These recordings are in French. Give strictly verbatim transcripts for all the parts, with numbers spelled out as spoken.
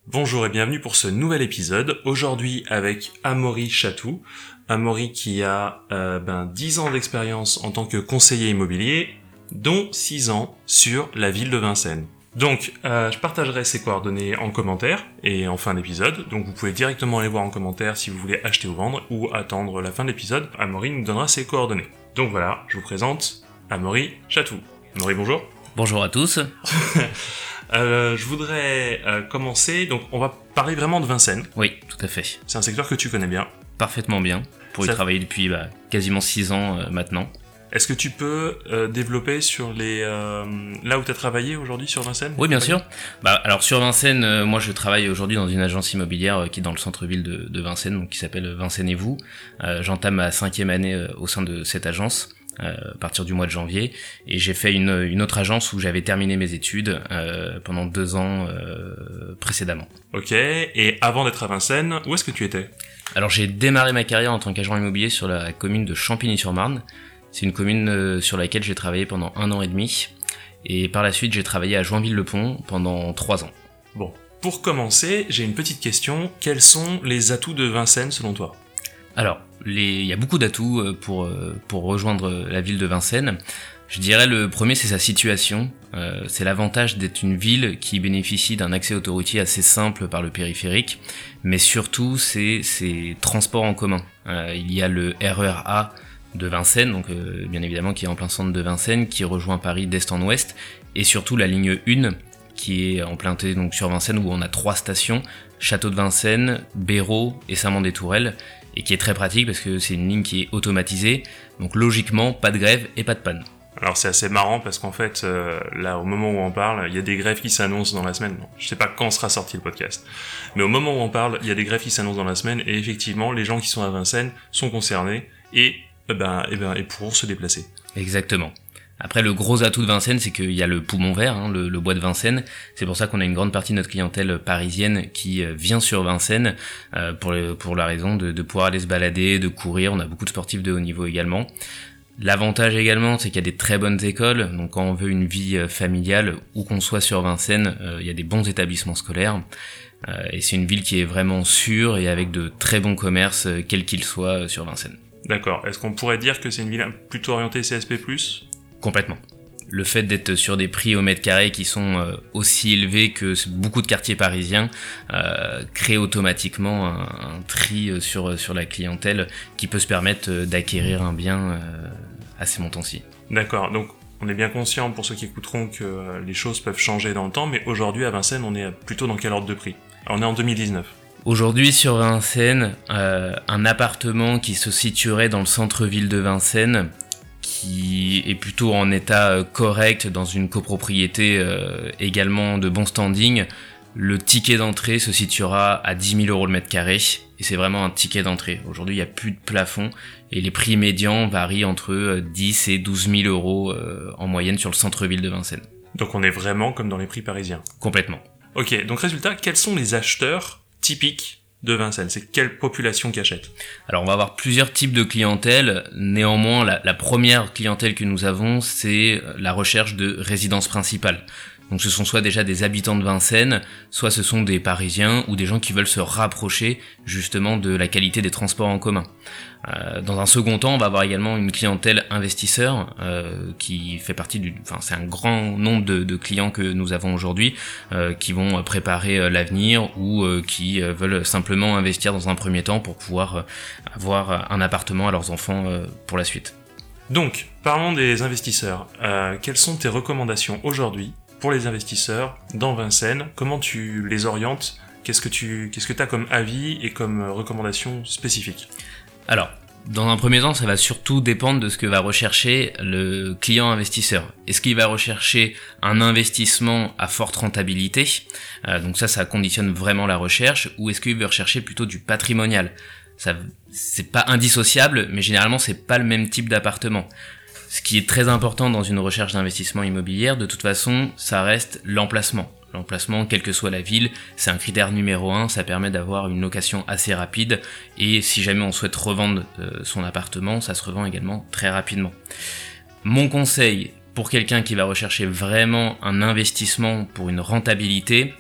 Bonjour et bienvenue pour ce nouvel épisode, aujourd'hui avec Amaury Chatou. Amaury qui a euh, ben, dix ans d'expérience en tant que conseiller immobilier, dont six ans sur la ville de Vincennes. Donc, euh, je partagerai ses coordonnées en commentaire et en fin d'épisode, donc vous pouvez directement aller voir en commentaire si vous voulez acheter ou vendre ou attendre la fin de l'épisode. Amaury nous donnera ses coordonnées. Donc voilà, je vous présente Amaury Chatou. Amaury, bonjour. Bonjour à tous. Euh, je voudrais euh, commencer, donc on va parler vraiment de Vincennes. Oui, tout à fait. C'est un secteur que tu connais bien. Parfaitement bien, pour y Ça... travailler depuis bah, quasiment six ans euh, maintenant. Est-ce que tu peux euh, développer sur les euh, là où tu as travaillé aujourd'hui sur Vincennes ? Oui, bien sûr. Bah, alors sur Vincennes, euh, moi je travaille aujourd'hui dans une agence immobilière euh, qui est dans le centre-ville de, de Vincennes, donc qui s'appelle Vincennes et vous. Euh, j'entame ma cinquième année euh, au sein de cette agence. Euh, à partir du mois de janvier, et j'ai fait une, une autre agence où j'avais terminé mes études euh, pendant deux ans euh, précédemment. Ok, et avant d'être à Vincennes, où est-ce que tu étais ? Alors j'ai démarré ma carrière en tant qu'agent immobilier sur la commune de Champigny-sur-Marne. C'est une commune euh, sur laquelle j'ai travaillé pendant un an et demi, et par la suite j'ai travaillé à Joinville-le-Pont pendant trois ans. Bon, pour commencer, j'ai une petite question. Quels sont les atouts de Vincennes selon toi ? Alors, les... il y a beaucoup d'atouts pour, pour rejoindre la ville de Vincennes. Je dirais le premier, c'est sa situation. Euh, c'est l'avantage d'être une ville qui bénéficie d'un accès autoroutier assez simple par le périphérique, mais surtout, c'est ses transports en commun. Euh, il y a le R E R A de Vincennes, donc euh, bien évidemment qui est en plein centre de Vincennes, qui rejoint Paris d'est en ouest, et surtout la ligne un, qui est implantée donc sur Vincennes, où on a trois stations, Château de Vincennes, Béraud et Saint-Mand-des-Tourelles, et qui est très pratique parce que c'est une ligne qui est automatisée, donc logiquement pas de grève et pas de panne. Alors c'est assez marrant parce qu'en fait, euh, là au moment où on parle, il y a des grèves qui s'annoncent dans la semaine. Non, je sais pas quand sera sorti le podcast, mais au moment où on parle, il y a des grèves qui s'annoncent dans la semaine, et effectivement, les gens qui sont à Vincennes sont concernés et, eh ben, eh ben, et pourront se déplacer. Exactement. Après, le gros atout de Vincennes, c'est qu'il y a le poumon vert, hein, le, le bois de Vincennes. C'est pour ça qu'on a une grande partie de notre clientèle parisienne qui euh, vient sur Vincennes euh, pour, le, pour la raison de, de pouvoir aller se balader, de courir. On a beaucoup de sportifs de haut niveau également. L'avantage également, c'est qu'il y a des très bonnes écoles. Donc quand on veut une vie euh, familiale, où qu'on soit sur Vincennes, euh, il y a des bons établissements scolaires. Euh, et c'est une ville qui est vraiment sûre et avec de très bons commerces, euh, quels qu'ils soient, euh, sur Vincennes. D'accord. Est-ce qu'on pourrait dire que c'est une ville plutôt orientée C S P plus ? Complètement. Le fait d'être sur des prix au mètre carré qui sont euh, aussi élevés que beaucoup de quartiers parisiens euh, crée automatiquement un, un tri sur, sur la clientèle qui peut se permettre d'acquérir un bien euh, à ces montants-ci. D'accord, donc on est bien conscient pour ceux qui écouteront que les choses peuvent changer dans le temps, mais aujourd'hui à Vincennes on est plutôt dans quel ordre de prix ? On est en deux mille dix-neuf. Aujourd'hui sur Vincennes, euh, un appartement qui se situerait dans le centre-ville de Vincennes, qui est plutôt en état correct, dans une copropriété euh, également de bon standing, le ticket d'entrée se situera à dix mille euros le mètre carré, et c'est vraiment un ticket d'entrée. Aujourd'hui, il n'y a plus de plafond, et les prix médians varient entre dix et douze mille euros euh, en moyenne sur le centre-ville de Vincennes. Donc on est vraiment comme dans les prix parisiens. Complètement. Ok, donc résultat, quels sont les acheteurs typiques de Vincennes ? C'est quelle population qui achète ? Alors on va avoir plusieurs types de clientèle. Néanmoins, la, la première clientèle que nous avons, c'est la recherche de résidence principale. Donc ce sont soit déjà des habitants de Vincennes, soit ce sont des Parisiens ou des gens qui veulent se rapprocher justement de la qualité des transports en commun. Euh, dans un second temps, on va avoir également une clientèle investisseur euh, qui fait partie du, enfin c'est un grand nombre de, de clients que nous avons aujourd'hui euh, qui vont préparer euh, l'avenir ou euh, qui euh, veulent simplement investir dans un premier temps pour pouvoir euh, avoir un appartement à leurs enfants euh, pour la suite. Donc, parlons des investisseurs. Euh, quelles sont tes recommandations aujourd'hui pour les investisseurs dans Vincennes ? Comment tu les orientes ? Qu'est-ce que tu qu'est-ce que tu as comme avis et comme recommandations spécifiques ? Alors, dans un premier temps, ça va surtout dépendre de ce que va rechercher le client investisseur. Est-ce qu'il va rechercher un investissement à forte rentabilité ? euh, Donc ça, ça conditionne vraiment la recherche. Ou est-ce qu'il veut rechercher plutôt du patrimonial ? Ça, c'est pas indissociable, mais généralement, c'est pas le même type d'appartement. Ce qui est très important dans une recherche d'investissement immobilière, de toute façon, ça reste l'emplacement. L'emplacement, quelle que soit la ville, c'est un critère numéro un, ça permet d'avoir une location assez rapide, et si jamais on souhaite revendre euh, son appartement, ça se revend également très rapidement. Mon conseil, pour quelqu'un qui va rechercher vraiment un investissement pour une rentabilité,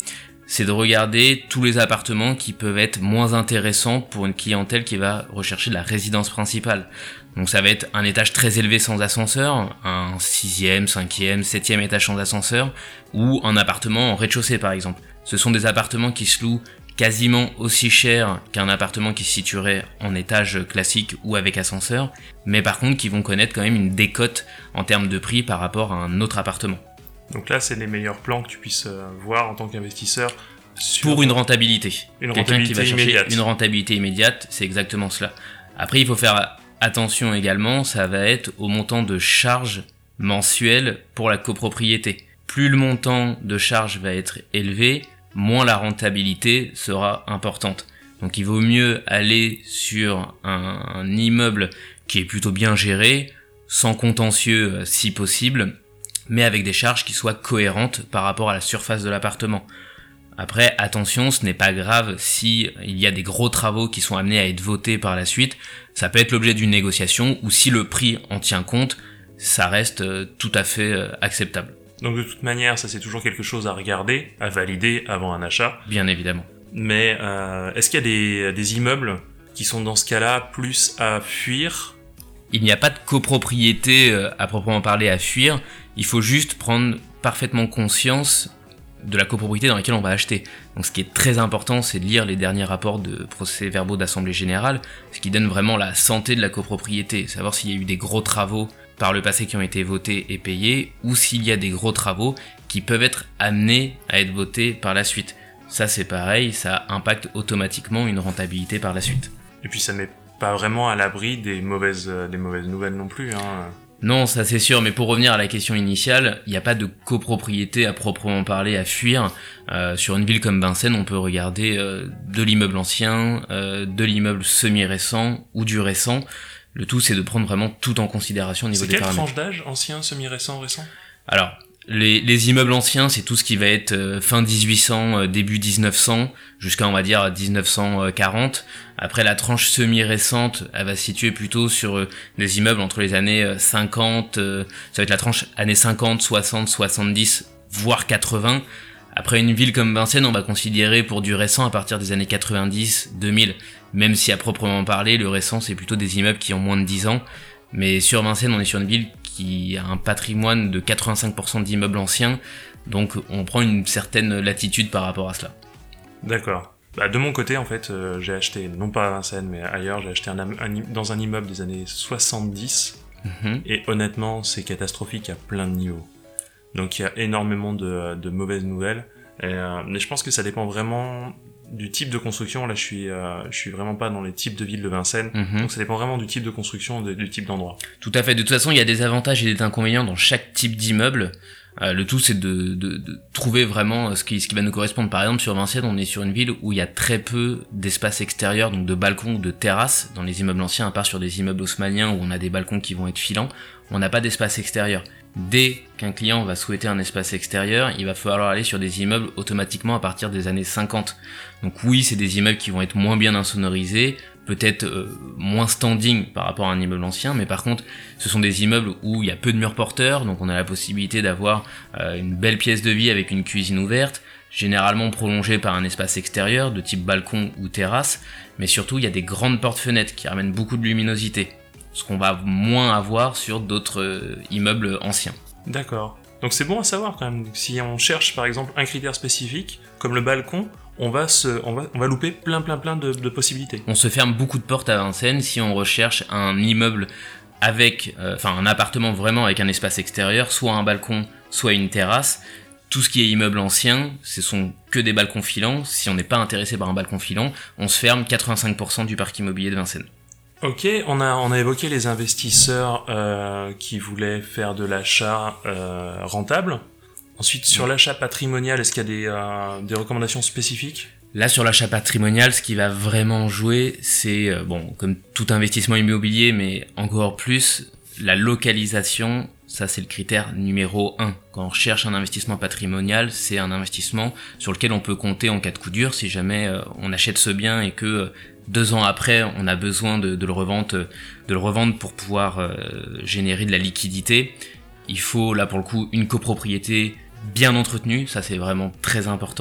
c'est de regarder tous les appartements qui peuvent être moins intéressants pour une clientèle qui va rechercher de la résidence principale. Donc ça va être un étage très élevé sans ascenseur, un sixième, cinquième, septième étage sans ascenseur, ou un appartement en rez-de-chaussée par exemple. Ce sont des appartements qui se louent quasiment aussi cher qu'un appartement qui se situerait en étage classique ou avec ascenseur, mais par contre qui vont connaître quand même une décote en termes de prix par rapport à un autre appartement. Donc là, c'est les meilleurs plans que tu puisses euh, voir en tant qu'investisseur. Sur... Pour une rentabilité. Une Quelqu'un rentabilité qui va chercher immédiate. une rentabilité immédiate, c'est exactement cela. Après, il faut faire attention également, ça va être au montant de charge mensuelle pour la copropriété. Plus le montant de charge va être élevé, moins la rentabilité sera importante. Donc il vaut mieux aller sur un, un immeuble qui est plutôt bien géré, sans contentieux si possible, mais avec des charges qui soient cohérentes par rapport à la surface de l'appartement. Après, attention, ce n'est pas grave si il y a des gros travaux qui sont amenés à être votés par la suite. Ça peut être l'objet d'une négociation, ou si le prix en tient compte, ça reste tout à fait acceptable. Donc de toute manière, ça c'est toujours quelque chose à regarder, à valider avant un achat. Bien évidemment. Mais euh, est-ce qu'il y a des, des immeubles qui sont dans ce cas-là plus à fuir ? Il n'y a pas de copropriété euh, à proprement parler à fuir, il faut juste prendre parfaitement conscience de la copropriété dans laquelle on va acheter. Donc ce qui est très important, c'est de lire les derniers rapports de procès-verbaux d'Assemblée Générale, ce qui donne vraiment la santé de la copropriété, savoir s'il y a eu des gros travaux par le passé qui ont été votés et payés, ou s'il y a des gros travaux qui peuvent être amenés à être votés par la suite. Ça c'est pareil, ça impacte automatiquement une rentabilité par la suite. Et puis ça met pas vraiment à l'abri des mauvaises, des mauvaises nouvelles non plus, hein. Non, ça c'est sûr, mais pour revenir à la question initiale, il n'y a pas de copropriété à proprement parler à fuir. Euh, sur une ville comme Vincennes, on peut regarder euh, de l'immeuble ancien, euh, de l'immeuble semi-récent ou du récent. Le tout, c'est de prendre vraiment tout en considération au niveau c'est des quelle paramètres. tranche d'âge ? Ancien, semi-récent, récent ? Alors, les, les immeubles anciens, c'est tout ce qui va être euh, fin dix-huit cents, euh, début dix-neuf cents, jusqu'à on va dire dix-neuf cent quarante. Après, la tranche semi-récente, elle va se situer plutôt sur euh, des immeubles entre les années euh, cinquante, euh, ça va être la tranche années cinquante, soixante, soixante-dix, voire quatre-vingts. Après, une ville comme Vincennes, on va considérer pour du récent à partir des années quatre-vingt-dix, deux mille. Même si à proprement parler, le récent, c'est plutôt des immeubles qui ont moins de dix ans. Mais sur Vincennes, on est sur une ville qui a un patrimoine de quatre-vingt-cinq pour cent d'immeubles anciens. Donc, on prend une certaine latitude par rapport à cela. D'accord. Bah, de mon côté, en fait, euh, j'ai acheté, non pas à Vincennes, mais ailleurs, j'ai acheté un, un, dans un immeuble des années soixante-dix. Mm-hmm. Et honnêtement, c'est catastrophique à plein de niveaux. Donc, il y a énormément de, de mauvaises nouvelles. Et, euh, mais je pense que ça dépend vraiment du type de construction. Là, je suis, euh, je suis vraiment pas dans les types de villes de Vincennes. Mm-hmm. Donc, ça dépend vraiment du type de construction et du type d'endroit. Tout à fait. De toute façon, il y a des avantages et des inconvénients dans chaque type d'immeuble. Euh, le tout, c'est de, de, de trouver vraiment ce qui, ce qui va nous correspondre. Par exemple, sur Vincennes, on est sur une ville où il y a très peu d'espace extérieur, donc de balcons ou de terrasses. Dans les immeubles anciens, à part sur des immeubles haussmanniens où on a des balcons qui vont être filants, on n'a pas d'espace extérieur. Dès qu'un client va souhaiter un espace extérieur, il va falloir aller sur des immeubles automatiquement à partir des années cinquante. Donc oui, c'est des immeubles qui vont être moins bien insonorisés, peut-être euh, moins standing par rapport à un immeuble ancien, mais par contre, ce sont des immeubles où il y a peu de murs porteurs, donc on a la possibilité d'avoir euh, une belle pièce de vie avec une cuisine ouverte, généralement prolongée par un espace extérieur de type balcon ou terrasse, mais surtout il y a des grandes portes-fenêtres qui ramènent beaucoup de luminosité, ce qu'on va moins avoir sur d'autres euh, immeubles anciens. D'accord. Donc c'est bon à savoir quand même. Si on cherche par exemple un critère spécifique, comme le balcon, on va se, on va, on va louper plein plein plein de, de possibilités. On se ferme beaucoup de portes à Vincennes si on recherche un immeuble avec, euh, enfin un appartement vraiment avec un espace extérieur, soit un balcon, soit une terrasse. Tout ce qui est immeuble ancien, ce sont que des balcons filants. Si on n'est pas intéressé par un balcon filant, on se ferme quatre-vingt-cinq pour cent du parc immobilier de Vincennes. Ok, on a, on a évoqué les investisseurs euh, qui voulaient faire de l'achat euh, rentable. Ensuite, sur l'achat patrimonial, est-ce qu'il y a des, euh, des recommandations spécifiques ? Là, sur l'achat patrimonial, ce qui va vraiment jouer, c'est, euh, bon, comme tout investissement immobilier, mais encore plus, la localisation. Ça, c'est le critère numéro un. Quand on recherche un investissement patrimonial, c'est un investissement sur lequel on peut compter en cas de coup dur si jamais euh, on achète ce bien et que euh, deux ans après, on a besoin de, de le revendre, de le revendre pour pouvoir euh, générer de la liquidité. Il faut, là, pour le coup, une copropriété bien entretenue. Ça, c'est vraiment très important.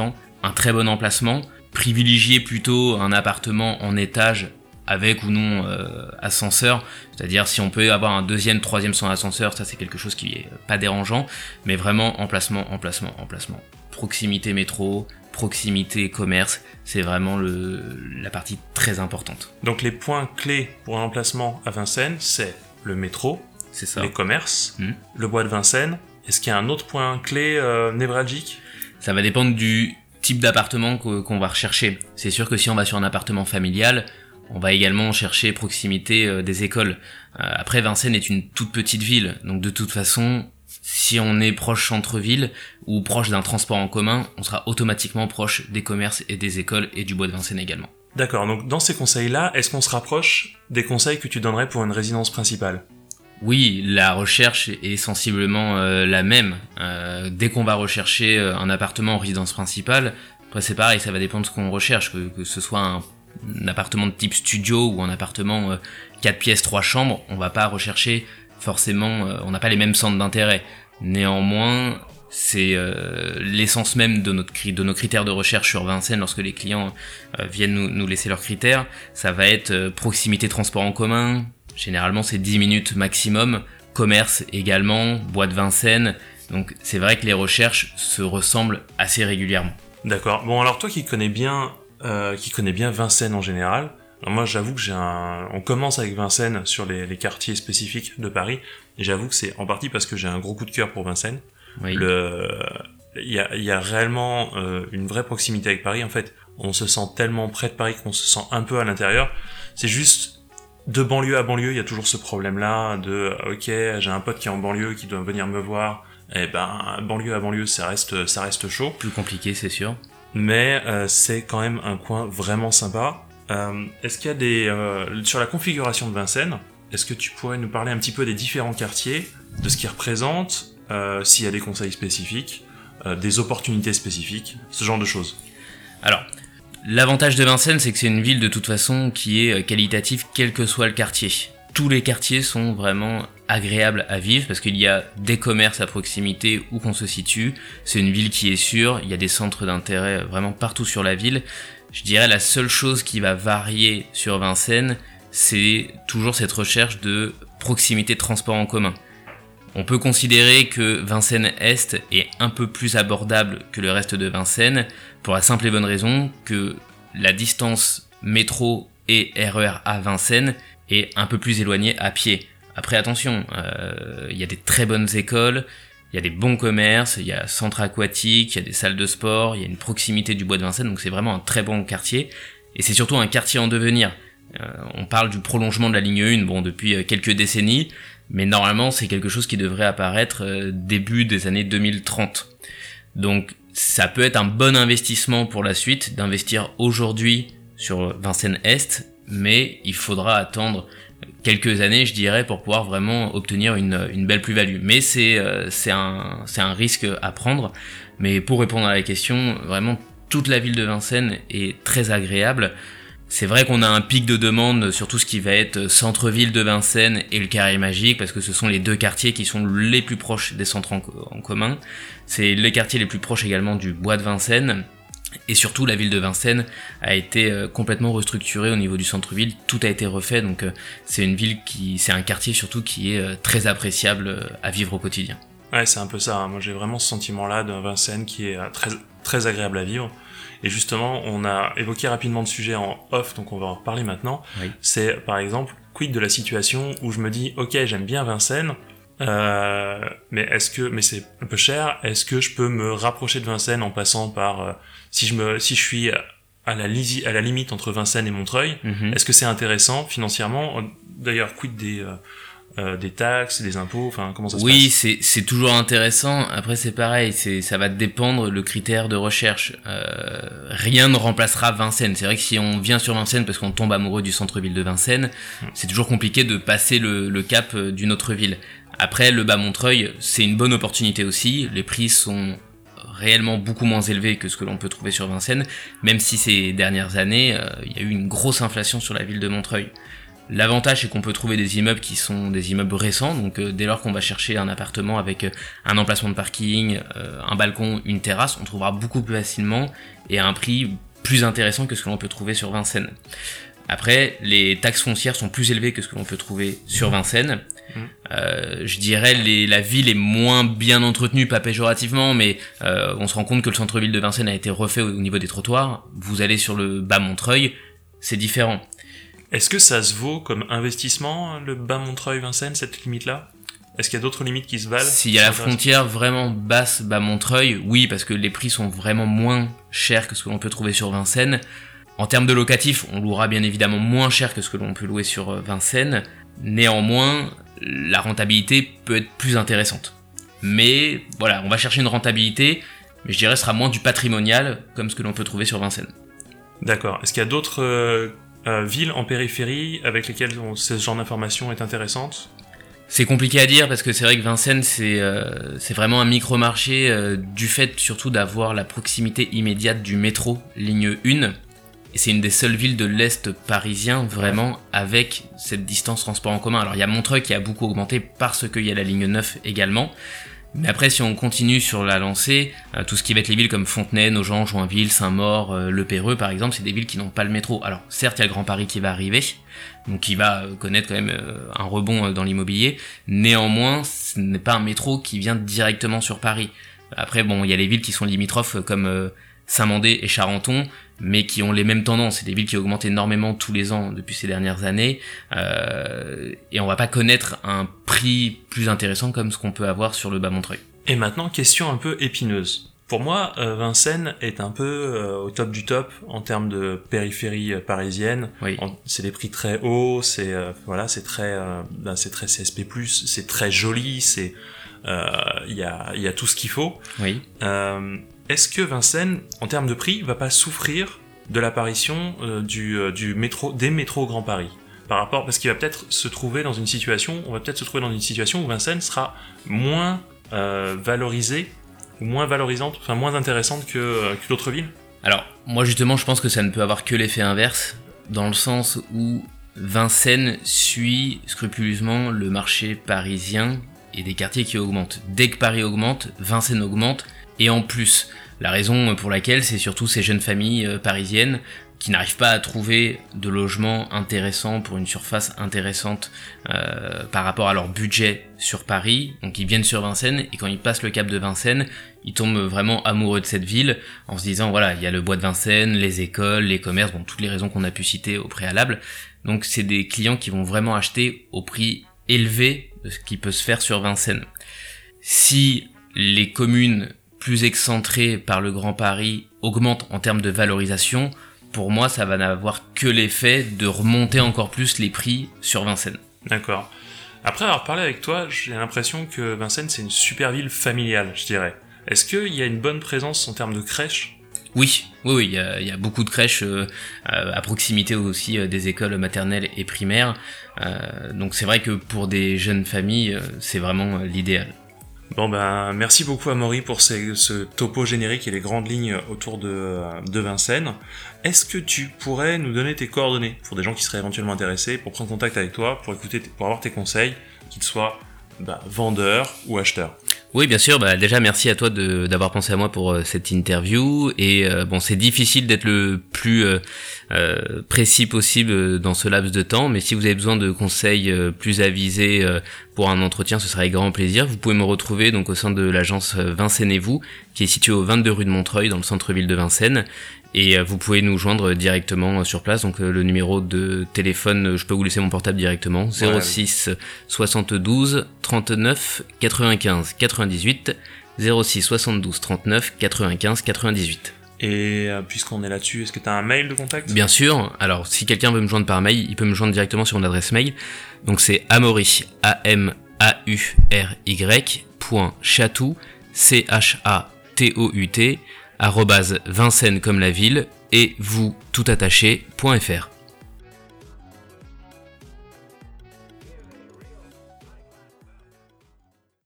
un très bon emplacement. Privilégier plutôt un appartement en étage avec ou non euh, ascenseur, c'est-à-dire si on peut avoir un deuxième, troisième sans ascenseur, ça c'est quelque chose qui est pas dérangeant, mais vraiment emplacement, emplacement, emplacement. Proximité métro, proximité commerce, c'est vraiment le, la partie très importante. Donc les points clés pour un emplacement à Vincennes, c'est le métro, c'est ça. Les commerces, mmh. le bois de Vincennes. Est-ce qu'il y a un autre point clé euh, névralgique ? Ça va dépendre du type d'appartement qu'on va rechercher. C'est sûr que si on va sur un appartement familial, on va également chercher proximité euh, des écoles. Euh, après, Vincennes est une toute petite ville, donc de toute façon, si on est proche centre-ville ou proche d'un transport en commun, on sera automatiquement proche des commerces et des écoles et du bois de Vincennes également. D'accord, donc dans ces conseils-là, est-ce qu'on se rapproche des conseils que tu donnerais pour une résidence principale ? Oui, la recherche est sensiblement euh, la même. Euh, dès qu'on va rechercher un appartement en résidence principale, après c'est pareil, ça va dépendre de ce qu'on recherche, que, que ce soit un, un appartement de type studio ou un appartement euh, quatre pièces, trois chambres, on va pas rechercher forcément, euh, on n'a pas les mêmes centres d'intérêt. Néanmoins, c'est euh, l'essence même de, notre, de nos critères de recherche sur Vincennes lorsque les clients euh, viennent nous, nous laisser leurs critères. Ça va être euh, proximité transport en commun, généralement c'est dix minutes maximum, commerce également, bois de Vincennes, donc c'est vrai que les recherches se ressemblent assez régulièrement. D'accord, bon alors toi qui connais bien, euh, qui connais bien Vincennes en général, alors moi j'avoue que j'ai un... on commence avec Vincennes sur les, les quartiers spécifiques de Paris, et j'avoue que c'est en partie parce que j'ai un gros coup de cœur pour Vincennes. Oui. Le... Il y a, il y a réellement euh, une vraie proximité avec Paris, en fait, on se sent tellement près de Paris qu'on se sent un peu à l'intérieur, c'est juste... De banlieue à banlieue, il y a toujours ce problème-là de ok, j'ai un pote qui est en banlieue qui doit venir me voir. Et ben banlieue à banlieue, ça reste ça reste chaud. Plus compliqué, c'est sûr. Mais euh, c'est quand même un coin vraiment sympa. Euh, est-ce qu'il y a des euh, sur la configuration de Vincennes, est-ce que tu pourrais nous parler un petit peu des différents quartiers, de ce qu'ils représentent, euh, s'il y a des conseils spécifiques, euh, des opportunités spécifiques, ce genre de choses. Alors. L'avantage de Vincennes, c'est que c'est une ville de toute façon qui est qualitative quel que soit le quartier. Tous les quartiers sont vraiment agréables à vivre parce qu'il y a des commerces à proximité où qu'on se situe. C'est une ville qui est sûre, il y a des centres d'intérêt vraiment partout sur la ville. Je dirais la seule chose qui va varier sur Vincennes, c'est toujours cette recherche de proximité de transport en commun. On peut considérer que Vincennes-Est est un peu plus abordable que le reste de Vincennes, pour la simple et bonne raison que la distance métro et R E R A Vincennes est un peu plus éloignée à pied. Après attention, euh, il y a des très bonnes écoles, il y a des bons commerces, il y a centre aquatique, il y a des salles de sport, il y a une proximité du bois de Vincennes, donc c'est vraiment un très bon quartier, et c'est surtout un quartier en devenir. Euh, on parle du prolongement de la ligne un, bon depuis quelques décennies, mais normalement c'est quelque chose qui devrait apparaître euh, début des années deux mille trente. Donc ça peut être un bon investissement pour la suite d'investir aujourd'hui sur Vincennes-Est, mais il faudra attendre quelques années, je dirais, pour pouvoir vraiment obtenir une, une belle plus-value. Mais c'est, euh, c'est, un, c'est un risque à prendre. Mais pour répondre à la question, vraiment toute la ville de Vincennes est très agréable. C'est vrai qu'on a un pic de demande sur tout ce qui va être centre-ville de Vincennes et le Carré Magique, parce que ce sont les deux quartiers qui sont les plus proches des centres en, en commun. C'est les quartiers les plus proches également du bois de Vincennes. Et surtout, la ville de Vincennes a été complètement restructurée au niveau du centre-ville. Tout a été refait, donc c'est une ville qui, c'est un quartier surtout qui est très appréciable à vivre au quotidien. Ouais, c'est un peu ça. Moi, j'ai vraiment ce sentiment-là d'un Vincennes qui est très, très agréable à vivre. Et justement, on a évoqué rapidement le sujet en off, donc on va en reparler maintenant. Oui. C'est, par exemple, quid de la situation où je me dis, ok, j'aime bien Vincennes, euh, mais est-ce que, mais c'est un peu cher, est-ce que je peux me rapprocher de Vincennes en passant par, euh, si je me, si je suis à la, lisi, à la limite entre Vincennes et Montreuil, mm-hmm. Est-ce que c'est intéressant financièrement? D'ailleurs, quid des, euh, Euh, des taxes, des impôts, enfin comment ça se oui, passe? Oui, c'est c'est toujours intéressant. Après c'est pareil, c'est ça va dépendre le critère de recherche. Euh, rien ne remplacera Vincennes. C'est vrai que si on vient sur Vincennes parce qu'on tombe amoureux du centre-ville de Vincennes, mmh. c'est toujours compliqué de passer le, le cap d'une autre ville. Après le bas Montreuil, c'est une bonne opportunité aussi. Les prix sont réellement beaucoup moins élevés que ce que l'on peut trouver sur Vincennes, même si ces dernières années, euh, il y a eu une grosse inflation sur la ville de Montreuil. L'avantage, c'est qu'on peut trouver des immeubles qui sont des immeubles récents, donc euh, dès lors qu'on va chercher un appartement avec euh, un emplacement de parking, euh, un balcon, une terrasse, on trouvera beaucoup plus facilement et à un prix plus intéressant que ce que l'on peut trouver sur Vincennes. Après, les taxes foncières sont plus élevées que ce que l'on peut trouver sur Vincennes. Mmh. Euh, je dirais les, la ville est moins bien entretenue, pas péjorativement, mais euh, on se rend compte que le centre-ville de Vincennes a été refait au, au niveau des trottoirs. Vous allez sur le bas Montreuil, c'est différent. Est-ce que ça se vaut comme investissement, le bas Montreuil-Vincennes, cette limite-là ? Est-ce qu'il y a d'autres limites qui se valent ? S'il y a la frontière vraiment basse, bas Montreuil, oui, parce que les prix sont vraiment moins chers que ce que l'on peut trouver sur Vincennes. En termes de locatif, on louera bien évidemment moins cher que ce que l'on peut louer sur Vincennes. Néanmoins, la rentabilité peut être plus intéressante. Mais voilà, on va chercher une rentabilité, mais je dirais que ce sera moins du patrimonial comme ce que l'on peut trouver sur Vincennes. D'accord. Est-ce qu'il y a d'autres euh, euh, villes en périphérie avec lesquelles on, ce genre d'information est intéressante ? C'est compliqué à dire parce que c'est vrai que Vincennes c'est euh, c'est vraiment un micro-marché euh, du fait surtout d'avoir la proximité immédiate du métro ligne un. Et c'est une des seules villes de l'Est parisien, vraiment, avec cette distance transport en commun. Alors, il y a Montreuil qui a beaucoup augmenté parce qu'il y a la ligne neuf également. Mais après, si on continue sur la lancée, euh, tout ce qui va être les villes comme Fontenay, Nogent, Joinville, Saint-Maur, euh, Le Perreux, par exemple, c'est des villes qui n'ont pas le métro. Alors, certes, il y a le Grand Paris qui va arriver, donc qui va connaître quand même euh, un rebond euh, dans l'immobilier. Néanmoins, ce n'est pas un métro qui vient directement sur Paris. Après, bon, il y a les villes qui sont limitrophes comme euh, Saint-Mandé et Charenton, mais qui ont les mêmes tendances. C'est des villes qui augmentent énormément tous les ans depuis ces dernières années, euh, et on va pas connaître un prix plus intéressant comme ce qu'on peut avoir sur le bas Montreuil. Et maintenant, question un peu épineuse. Pour moi, euh, Vincennes est un peu euh, au top du top en termes de périphérie euh, parisienne. Oui. En, c'est des prix très hauts, c'est euh, voilà, c'est très, euh, ben, c'est très C S P plus, c'est très joli, c'est il euh, y a il y a tout ce qu'il faut. Oui. Euh, Est-ce que Vincennes, en termes de prix, va pas souffrir de l'apparition euh, du, euh, du métro, des métros Grand Paris ? Par rapport, parce qu'il va peut-être se trouver dans une situation, on va peut-être se trouver dans une situation où Vincennes sera moins euh, valorisée, ou moins valorisante, enfin moins intéressante que, euh, que d'autres villes ? Alors, moi justement, je pense que ça ne peut avoir que l'effet inverse, dans le sens où Vincennes suit scrupuleusement le marché parisien et des quartiers qui augmentent. Dès que Paris augmente, Vincennes augmente, et en plus, la raison pour laquelle c'est surtout ces jeunes familles euh, parisiennes qui n'arrivent pas à trouver de logement intéressant pour une surface intéressante euh, par rapport à leur budget sur Paris, donc ils viennent sur Vincennes, et quand ils passent le cap de Vincennes, ils tombent vraiment amoureux de cette ville, en se disant voilà, il y a le bois de Vincennes, les écoles, les commerces, bon, toutes les raisons qu'on a pu citer au préalable, donc c'est des clients qui vont vraiment acheter au prix élevé de ce qui peut se faire sur Vincennes. Si les communes plus excentrées par le Grand Paris augmentent en termes de valorisation, pour moi ça va n'avoir que l'effet de remonter encore plus les prix sur Vincennes. D'accord. Après avoir parlé avec toi, j'ai l'impression que Vincennes c'est une super ville familiale, je dirais. Est-ce qu'il y a une bonne présence en termes de crèches ? Oui, oui, oui, il y a, il y a beaucoup de crèches euh, à proximité aussi euh, des écoles maternelles et primaires. Euh, donc c'est vrai que pour des jeunes familles, euh, c'est vraiment euh, l'idéal. Bon ben, merci beaucoup Amaury pour ces, ce topo générique et les grandes lignes autour de, de Vincennes. Est-ce que tu pourrais nous donner tes coordonnées pour des gens qui seraient éventuellement intéressés, pour prendre contact avec toi, pour écouter, pour avoir tes conseils, qu'ils soient bah, vendeurs ou acheteurs ? Oui, bien sûr. Bah, déjà, merci à toi de, d'avoir pensé à moi pour euh, cette interview. Et euh, bon, c'est difficile d'être le plus euh, euh, précis possible dans ce laps de temps, mais si vous avez besoin de conseils euh, plus avisés euh, pour un entretien, ce sera avec grand plaisir. Vous pouvez me retrouver donc au sein de l'agence Vincennes et vous, qui est située au vingt-deux rue de Montreuil, dans le centre-ville de Vincennes. Et vous pouvez nous joindre directement sur place, donc le numéro de téléphone, je peux vous laisser mon portable directement, zéro six soixante-douze trente-neuf quatre-vingt-quinze quatre-vingt-dix-huit, zéro six soixante-douze trente-neuf quatre-vingt-quinze quatre-vingt-dix-huit. Et euh, puisqu'on est là-dessus, est-ce que tu as un mail de contact ? Bien sûr, alors si quelqu'un veut me joindre par mail, il peut me joindre directement sur mon adresse mail, donc c'est amaury, A M A U R Y, point chatou, C H A T O U T, arrobase Vincennes comme la ville, et vous, tout attaché, point F R.